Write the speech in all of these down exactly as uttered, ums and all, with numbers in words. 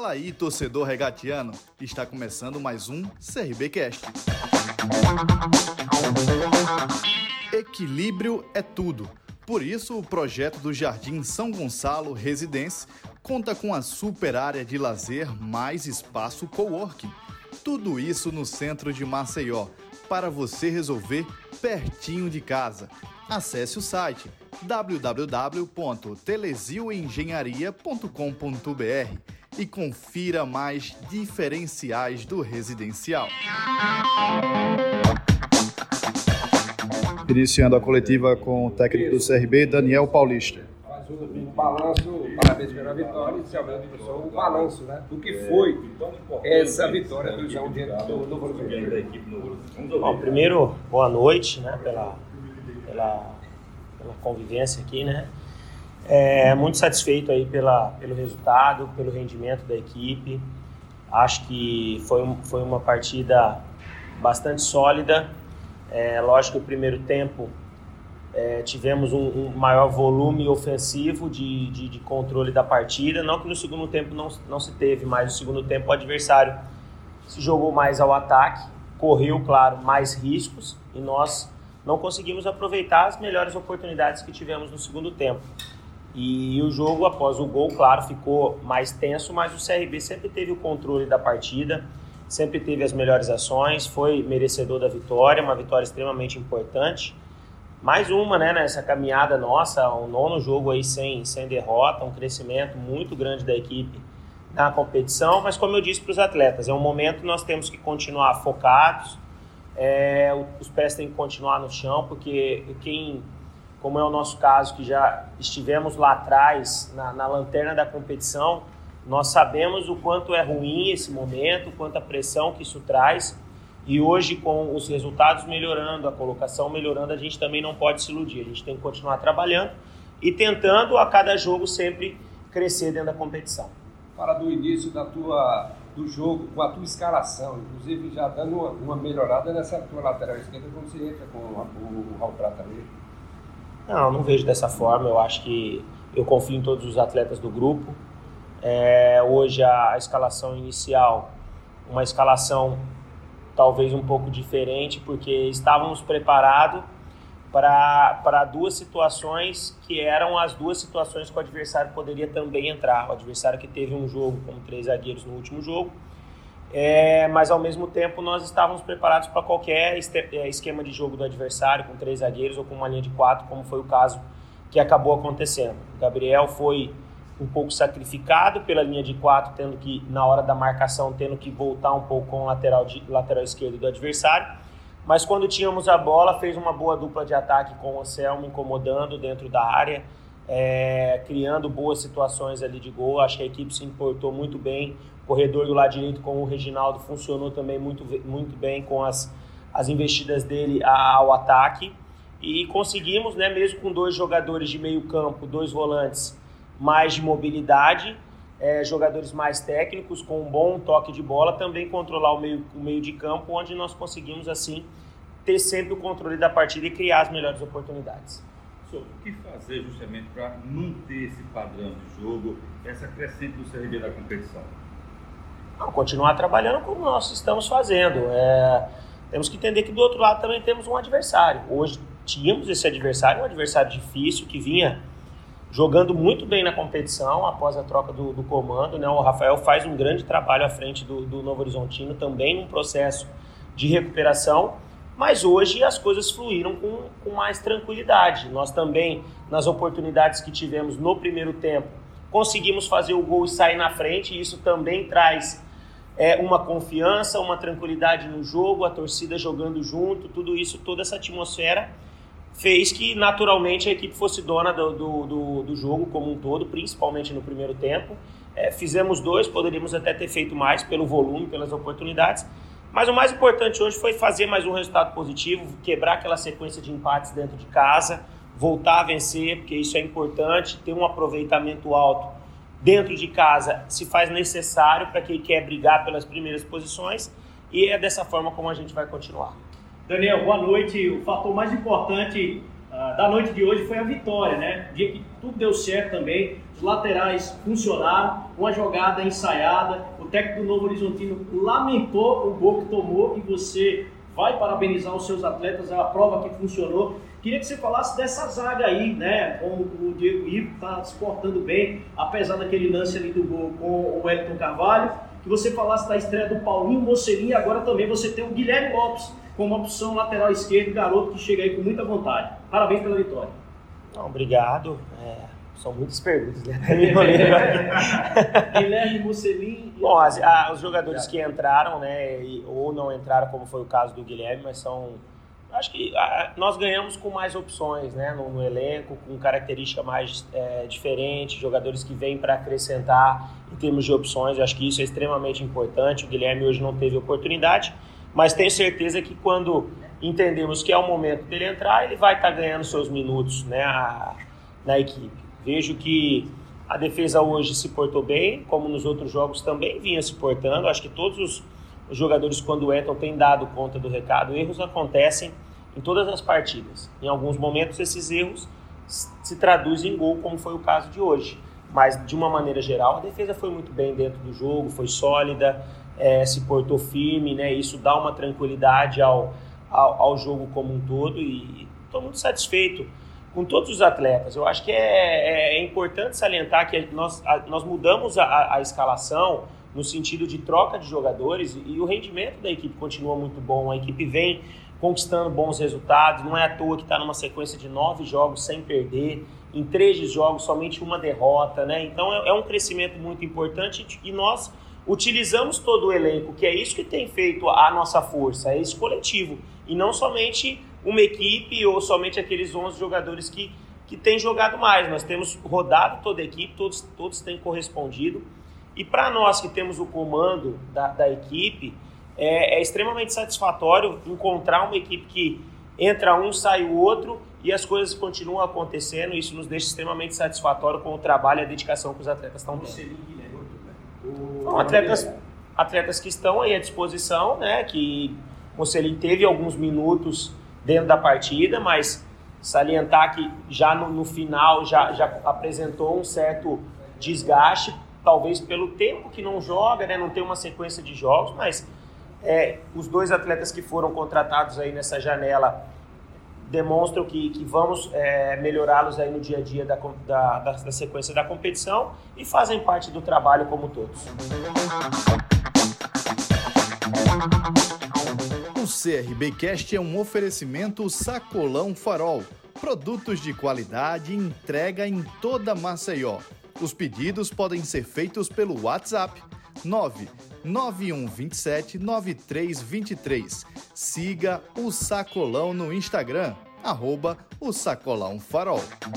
Fala aí, torcedor regatiano, está começando mais um CRBcast. Equilíbrio é tudo. Por isso, o projeto do Jardim São Gonçalo Residência conta com a super área de lazer mais espaço coworking. Tudo isso no centro de Maceió, para você resolver pertinho de casa. Acesse o site w w w ponto telezil engenharia ponto com ponto b r e confira mais diferenciais do residencial. Iniciando a coletiva com o técnico do C R B, Daniel Paulista. Faz um balanço, parabéns pela vitória, inicialmente o balanço, né, do que foi essa vitória do João diante do Novo Horizonte. Bom, primeiro, boa noite, né, pela, pela, pela convivência aqui, né. É, muito satisfeito aí pela, pelo resultado, pelo rendimento da equipe. Acho que foi, um, foi uma partida bastante sólida. É, lógico que o primeiro tempo é, tivemos um, um maior volume ofensivo de, de, de controle da partida. Não que no segundo tempo não, não se teve, mas no segundo tempo o adversário se jogou mais ao ataque, correu, claro, mais riscos e nós não conseguimos aproveitar as melhores oportunidades que tivemos no segundo tempo. E o jogo, após o gol, claro, ficou mais tenso, mas o C R B sempre teve o controle da partida, sempre teve as melhores ações, foi merecedor da vitória, uma vitória extremamente importante. Mais uma, né, nessa caminhada nossa, um nono jogo aí sem, sem derrota, um crescimento muito grande da equipe na competição, mas como eu disse para os atletas, é um momento que nós temos que continuar focados, é, os pés têm que continuar no chão, porque quem... como é o nosso caso, que já estivemos lá atrás, na, na lanterna da competição, nós sabemos o quanto é ruim esse momento, o quanto a pressão que isso traz, e hoje com os resultados melhorando, a colocação melhorando, a gente também não pode se iludir, a gente tem que continuar trabalhando e tentando a cada jogo sempre crescer dentro da competição. Fala do início da tua, do jogo, com a tua escalação, inclusive já dando uma, uma melhorada nessa tua lateral esquerda, como você entra com o, o Raul Prata ali. Não, não vejo dessa forma. Eu acho que eu confio em todos os atletas do grupo. É, hoje a, a escalação inicial, uma escalação talvez um pouco diferente, porque estávamos preparados para duas situações que eram as duas situações que o adversário poderia também entrar. O adversário que teve um jogo com três zagueiros no último jogo, É, mas ao mesmo tempo nós estávamos preparados para qualquer esquema de jogo do adversário, com três zagueiros ou com uma linha de quatro, como foi o caso que acabou acontecendo. O Gabriel foi um pouco sacrificado pela linha de quatro, tendo que, na hora da marcação, tendo que voltar um pouco com o lateral, de, lateral esquerdo do adversário, mas quando tínhamos a bola, fez uma boa dupla de ataque com o Anselmo, incomodando dentro da área, é, criando boas situações ali de gol. Acho que a equipe se importou muito bem. O corredor do lado direito com o Reginaldo funcionou também muito, muito bem com as, as investidas dele ao ataque. E conseguimos, né, mesmo com dois jogadores de meio campo, dois volantes mais de mobilidade, é, jogadores mais técnicos, com um bom toque de bola, também controlar o meio, o meio de campo, onde nós conseguimos, assim, ter sempre o controle da partida e criar as melhores oportunidades. O que fazer justamente para manter esse padrão de jogo, essa crescente do C R B da competição? Não, continuar trabalhando como nós estamos fazendo. É, temos que entender que do outro lado também temos um adversário. Hoje tínhamos esse adversário, um adversário difícil, que vinha jogando muito bem na competição após a troca do, do comando, né? O Rafael faz um grande trabalho à frente do, do Novo Horizontino, também num processo de recuperação. Mas hoje as coisas fluíram com, com mais tranquilidade. Nós também, nas oportunidades que tivemos no primeiro tempo, conseguimos fazer o gol e sair na frente, e isso também traz é, uma confiança, uma tranquilidade no jogo, a torcida jogando junto, tudo isso, toda essa atmosfera fez que naturalmente a equipe fosse dona do, do, do, do jogo como um todo, principalmente no primeiro tempo. É, fizemos dois, poderíamos até ter feito mais pelo volume, pelas oportunidades, mas o mais importante hoje foi fazer mais um resultado positivo, quebrar aquela sequência de empates dentro de casa, voltar a vencer, porque isso é importante, ter um aproveitamento alto dentro de casa se faz necessário para quem quer brigar pelas primeiras posições, e é dessa forma como a gente vai continuar. Daniel, boa noite. O fator mais importante uh, uh, da noite de hoje foi a vitória, né? O dia que tudo deu certo também, os laterais funcionaram, uma jogada ensaiada, o técnico do Novo Horizontino lamentou o gol que tomou e você vai parabenizar os seus atletas, é a prova que funcionou. Queria que você falasse dessa zaga aí, né? Como o Diego Ivo está se portando bem, apesar daquele lance ali do gol com o Wellington Carvalho. Que você falasse da estreia do Paulinho Mocelin e agora também você tem o Guilherme Lopes como opção lateral esquerdo, garoto que chega aí com muita vontade. Parabéns pela vitória. Não, obrigado. É, são muitas perguntas, né? Guilherme Mocelin. Bom, as, a, os jogadores que entraram, né, e, ou não entraram, como foi o caso do Guilherme, mas são... Acho que a, nós ganhamos com mais opções, né, no, no elenco, com característica mais é, diferente, jogadores que vêm para acrescentar em termos de opções. Eu acho que isso é extremamente importante. O Guilherme hoje não teve oportunidade, mas tenho certeza que quando entendemos que é o momento dele entrar, ele vai estar tá ganhando seus minutos, né, a, na equipe. Vejo que a defesa hoje se portou bem, como nos outros jogos também vinha se portando. Acho que todos os Os jogadores, quando entram, têm dado conta do recado. Erros acontecem em todas as partidas. Em alguns momentos, esses erros se traduzem em gol, como foi o caso de hoje. Mas, de uma maneira geral, a defesa foi muito bem dentro do jogo, foi sólida, é, se portou firme, né? Isso dá uma tranquilidade ao, ao, ao jogo como um todo. E estou muito satisfeito com todos os atletas. Eu acho que é, é importante salientar que nós, a, nós mudamos a, a escalação no sentido de troca de jogadores, e o rendimento da equipe continua muito bom. A equipe vem conquistando bons resultados, não é à toa que está numa sequência de nove jogos sem perder, em três jogos somente uma derrota, né? Então é, é um crescimento muito importante e nós utilizamos todo o elenco, que é isso que tem feito a nossa força, é esse coletivo, e não somente uma equipe ou somente aqueles onze jogadores que, que têm jogado mais. Nós temos rodado toda a equipe, todos, todos têm correspondido. E para nós que temos o comando da, da equipe, é, é extremamente satisfatório encontrar uma equipe que entra um, sai o outro e as coisas continuam acontecendo. Isso nos deixa extremamente satisfatório com o trabalho e a dedicação que os atletas estão tendo. Então, atletas, atletas que estão aí à disposição, né, que o Mocelin teve alguns minutos dentro da partida, mas salientar que já no, no final já, já apresentou um certo desgaste, talvez pelo tempo que não joga, né, não tem uma sequência de jogos, mas é, os dois atletas que foram contratados aí nessa janela demonstram que, que vamos é, melhorá-los aí no dia a dia da, da, da sequência da competição e fazem parte do trabalho como todos. O C R B Cast é um oferecimento Sacolão Farol. Produtos de qualidade e entrega em toda Maceió. Os pedidos podem ser feitos pelo WhatsApp nove nove um dois sete nove três dois três. Siga o Sacolão no Instagram, arroba o Sacolão Farol.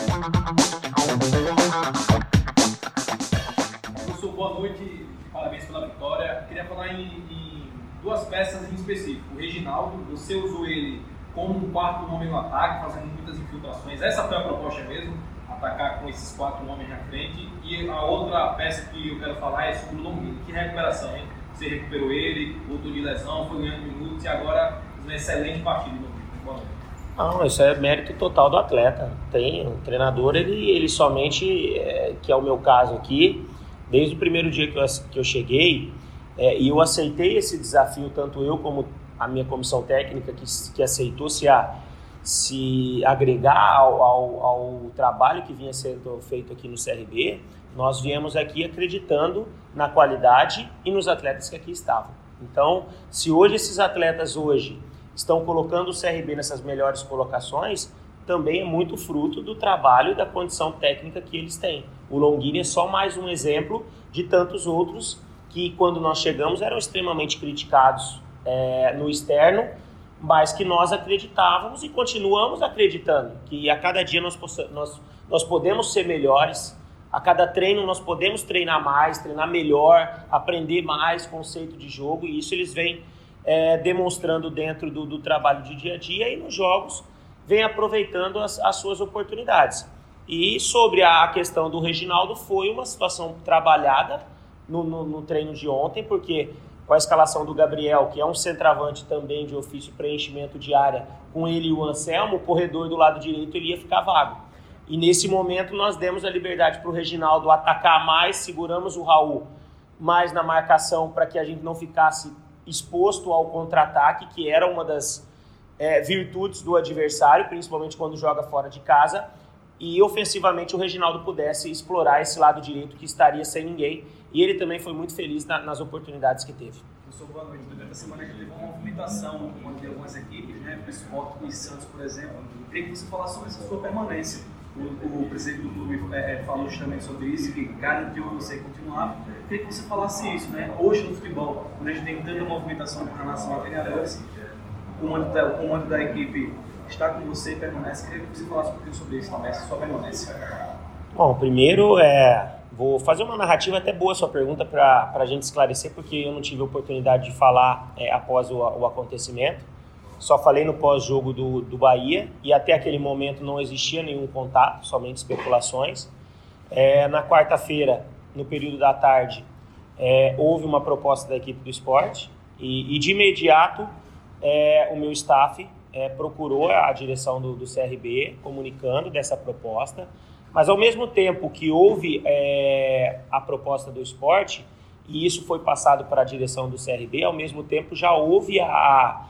Professor, boa noite, parabéns pela vitória. Queria falar em, em duas peças em específico. O Reginaldo, você usou ele como um quarto homem no ataque, fazendo muitas infiltrações. Essa foi a proposta mesmo? Atacar com esses quatro homens na frente. E a outra peça que eu quero falar é sobre o Longini. Que recuperação, hein? Você recuperou ele, voltou de lesão, foi ganhando minutos e agora uma excelente partida do Longini. Boa noite. Não, isso é mérito total do atleta. Tem o treinador, ele, ele somente, é, que é o meu caso aqui, desde o primeiro dia que eu, que eu cheguei, é, e eu aceitei esse desafio, tanto eu como a minha comissão técnica, que, que aceitou se a se agregar ao, ao, ao trabalho que vinha sendo feito aqui no C R B, nós viemos aqui acreditando na qualidade e nos atletas que aqui estavam. Então, se hoje esses atletas hoje estão colocando o C R B nessas melhores colocações, também é muito fruto do trabalho e da condição técnica que eles têm. O Longini é só mais um exemplo de tantos outros que, quando nós chegamos, eram extremamente criticados é, no externo, mas que nós acreditávamos e continuamos acreditando que a cada dia nós, nós, nós podemos ser melhores, a cada treino nós podemos treinar mais, treinar melhor, aprender mais conceito de jogo, e isso eles vêm é, demonstrando dentro do, do trabalho de dia a dia e nos jogos vêm aproveitando as, as suas oportunidades. E sobre a questão do Reginaldo, foi uma situação trabalhada no, no, no treino de ontem, porque com a escalação do Gabriel, que é um centroavante também de ofício preenchimento de área, com ele e o Anselmo, o corredor do lado direito ele ia ficar vago. E nesse momento nós demos a liberdade para o Reginaldo atacar mais, seguramos o Raul mais na marcação para que a gente não ficasse exposto ao contra-ataque, que era uma das é, virtudes do adversário, principalmente quando joga fora de casa, e ofensivamente o Reginaldo pudesse explorar esse lado direito que estaria sem ninguém, e ele também foi muito feliz na, nas oportunidades que teve. Professor, boa noite. Durante a semana que teve uma movimentação de algumas equipes, né, o Sport e Santos, por exemplo, eu queria que você falasse sobre essa sua permanência. O, o presidente do clube é, falou justamente sobre isso, que garantiu que você continuava. Eu queria que você falasse isso, né? Hoje no futebol, quando a gente tem tanta movimentação com relação a treinadores, o comando da, o comando da equipe está com você e permanece. Eu queria que você falasse um pouquinho sobre isso também, essa sua permanência. Bom, primeiro, é, vou fazer uma narrativa até boa a sua pergunta para a gente esclarecer, porque eu não tive a oportunidade de falar é, após o, o acontecimento. Só falei no pós-jogo do, do Bahia e até aquele momento não existia nenhum contato, somente especulações. É, na quarta-feira, no período da tarde, é, houve uma proposta da equipe do Sport e, e de imediato é, o meu staff é, procurou a direção do, do C R B comunicando dessa proposta, mas ao mesmo tempo que houve é, a proposta do Sport e isso foi passado para a direção do C R B, ao mesmo tempo já houve a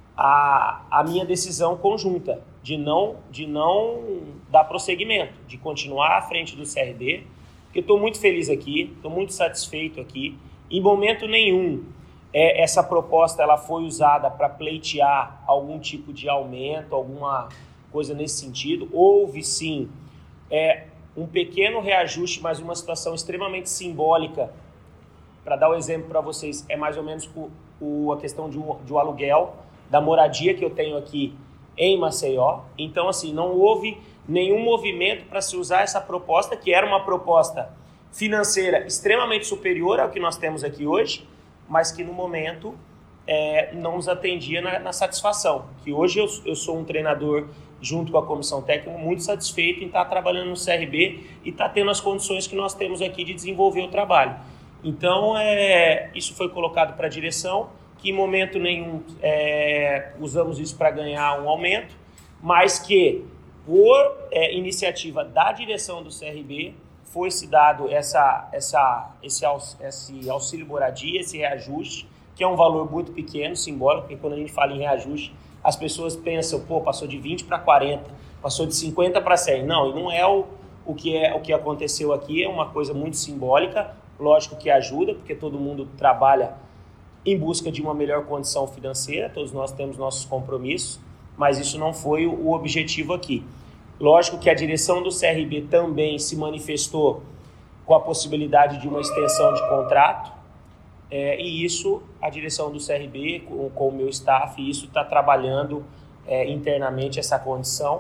A, a minha decisão conjunta de não, de não dar prosseguimento, de continuar à frente do C R B, porque estou muito feliz aqui, estou muito satisfeito aqui. Em momento nenhum, é, essa proposta ela foi usada para pleitear algum tipo de aumento, alguma coisa nesse sentido. Houve, sim, é, um pequeno reajuste, mas uma situação extremamente simbólica. Para dar o um exemplo para vocês, é mais ou menos o, o, a questão de um, de um aluguel, da moradia que eu tenho aqui em Maceió. Então, assim, não houve nenhum movimento para se usar essa proposta, que era uma proposta financeira extremamente superior ao que nós temos aqui hoje, mas que no momento é, não nos atendia na, na satisfação. Que hoje eu, eu sou um treinador, junto com a comissão técnica, muito satisfeito em estar trabalhando no C R B e estar tendo as condições que nós temos aqui de desenvolver o trabalho. Então, é, isso foi colocado para a direção, que em momento nenhum é, usamos isso para ganhar um aumento, mas que por é, iniciativa da direção do C R B foi-se dado essa, essa, esse, esse auxílio moradia, esse reajuste, que é um valor muito pequeno, simbólico, porque quando a gente fala em reajuste, as pessoas pensam, pô, passou de vinte para quarenta, passou de cinquenta para cem. Não, e não é o, o, que é o que aconteceu aqui, é uma coisa muito simbólica, lógico que ajuda, porque todo mundo trabalha em busca de uma melhor condição financeira, todos nós temos nossos compromissos, mas isso não foi o objetivo aqui. Lógico que a direção do C R B também se manifestou com a possibilidade de uma extensão de contrato, é, e isso, a direção do C R B, com, com o meu staff, isso está trabalhando é, internamente essa condição,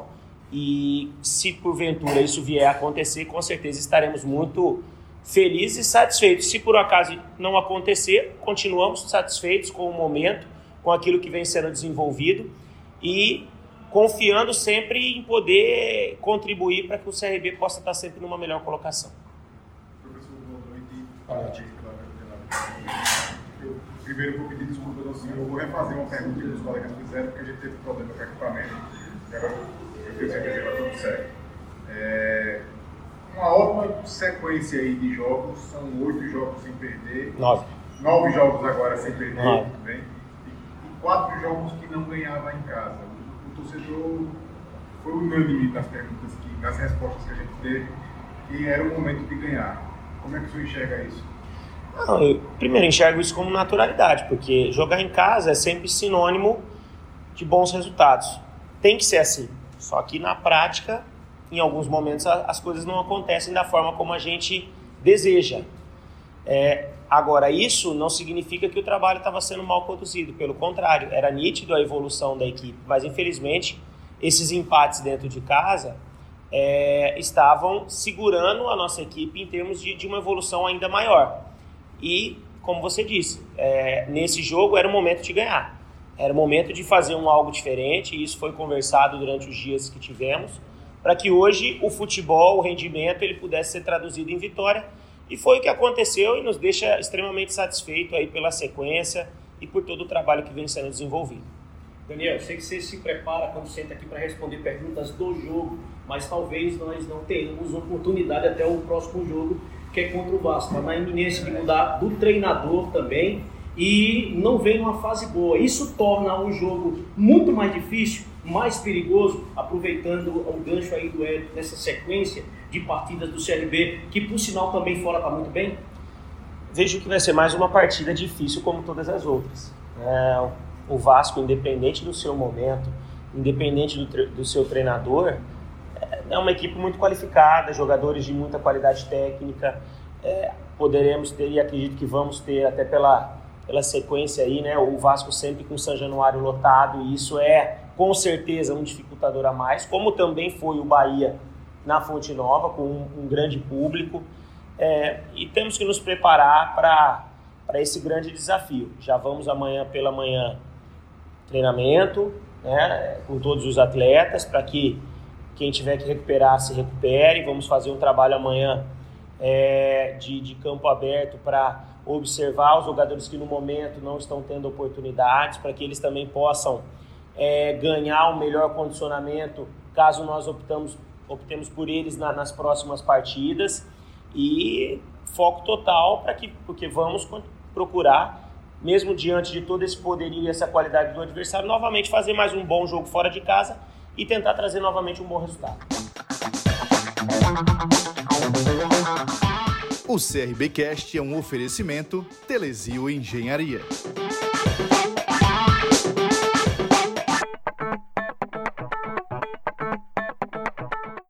e se porventura isso vier a acontecer, com certeza estaremos muito felizes e satisfeitos. Se por acaso não acontecer, continuamos satisfeitos com o momento, com aquilo que vem sendo desenvolvido e confiando sempre em poder contribuir para que o C R B possa estar sempre numa melhor colocação. Professor, boa noite. Parabéns pela Eu primeiro vou pedir desculpas ao senhor. Eu vou refazer uma pergunta que os colegas fizeram, porque a gente teve problema com o equipamento. E agora eu tenho certeza que vai tudo certo. É... Uma ótima sequência aí de jogos, são oito jogos sem perder. Nove. Nove jogos agora sem perder, Nove. Bem, e, e quatro jogos que não ganhava em casa. O, o torcedor foi unânime nas perguntas, que, nas respostas que a gente teve, que era o momento de ganhar. Como é que o senhor enxerga isso? Não, eu primeiro enxergo isso como naturalidade, porque jogar em casa é sempre sinônimo de bons resultados. Tem que ser assim, só que na prática, em alguns momentos as coisas não acontecem da forma como a gente deseja. É, agora, isso não significa que o trabalho estava sendo mal conduzido, pelo contrário, era nítido a evolução da equipe, mas infelizmente esses empates dentro de casa é, estavam segurando a nossa equipe em termos de, de uma evolução ainda maior. E, como você disse, é, nesse jogo era o momento de ganhar, era o momento de fazer um algo diferente, e isso foi conversado durante os dias que tivemos, para que hoje o futebol, o rendimento, ele pudesse ser traduzido em vitória. E foi o que aconteceu e nos deixa extremamente satisfeito aí pela sequência e por todo o trabalho que vem sendo desenvolvido. Daniel, eu sei que você se prepara quando senta aqui para responder perguntas do jogo, mas talvez nós não tenhamos oportunidade até o próximo jogo, que é contra o Vasco. Está na iminência de mudar do treinador também e não vem numa fase boa. Isso torna o jogo muito mais difícil, mais perigoso, aproveitando o gancho aí do Hélio nessa sequência de partidas do C R B, que por sinal também fora está muito bem? Vejo que vai ser mais uma partida difícil como todas as outras. É, o Vasco, independente do seu momento, independente do, tre- do seu treinador, é uma equipe muito qualificada, jogadores de muita qualidade técnica. É, poderemos ter, e acredito que vamos ter, até pela, pela sequência aí, né, o Vasco sempre com o São Januário lotado, e isso é com certeza um dificultador a mais, como também foi o Bahia na Fonte Nova, com um, um grande público. É, e temos que nos preparar para esse grande desafio. Já vamos amanhã pela manhã treinamento, né, com todos os atletas, para que quem tiver que recuperar se recupere. Vamos fazer um trabalho amanhã é, de, de campo aberto para observar os jogadores que no momento não estão tendo oportunidades, para que eles também possam é, ganhar um melhor condicionamento caso nós optamos, optemos por eles na, nas próximas partidas. E foco total para que, porque vamos procurar, mesmo diante de todo esse poderio e essa qualidade do adversário, novamente fazer mais um bom jogo fora de casa e tentar trazer novamente um bom resultado. O C R B Cast é um oferecimento Telesio Engenharia.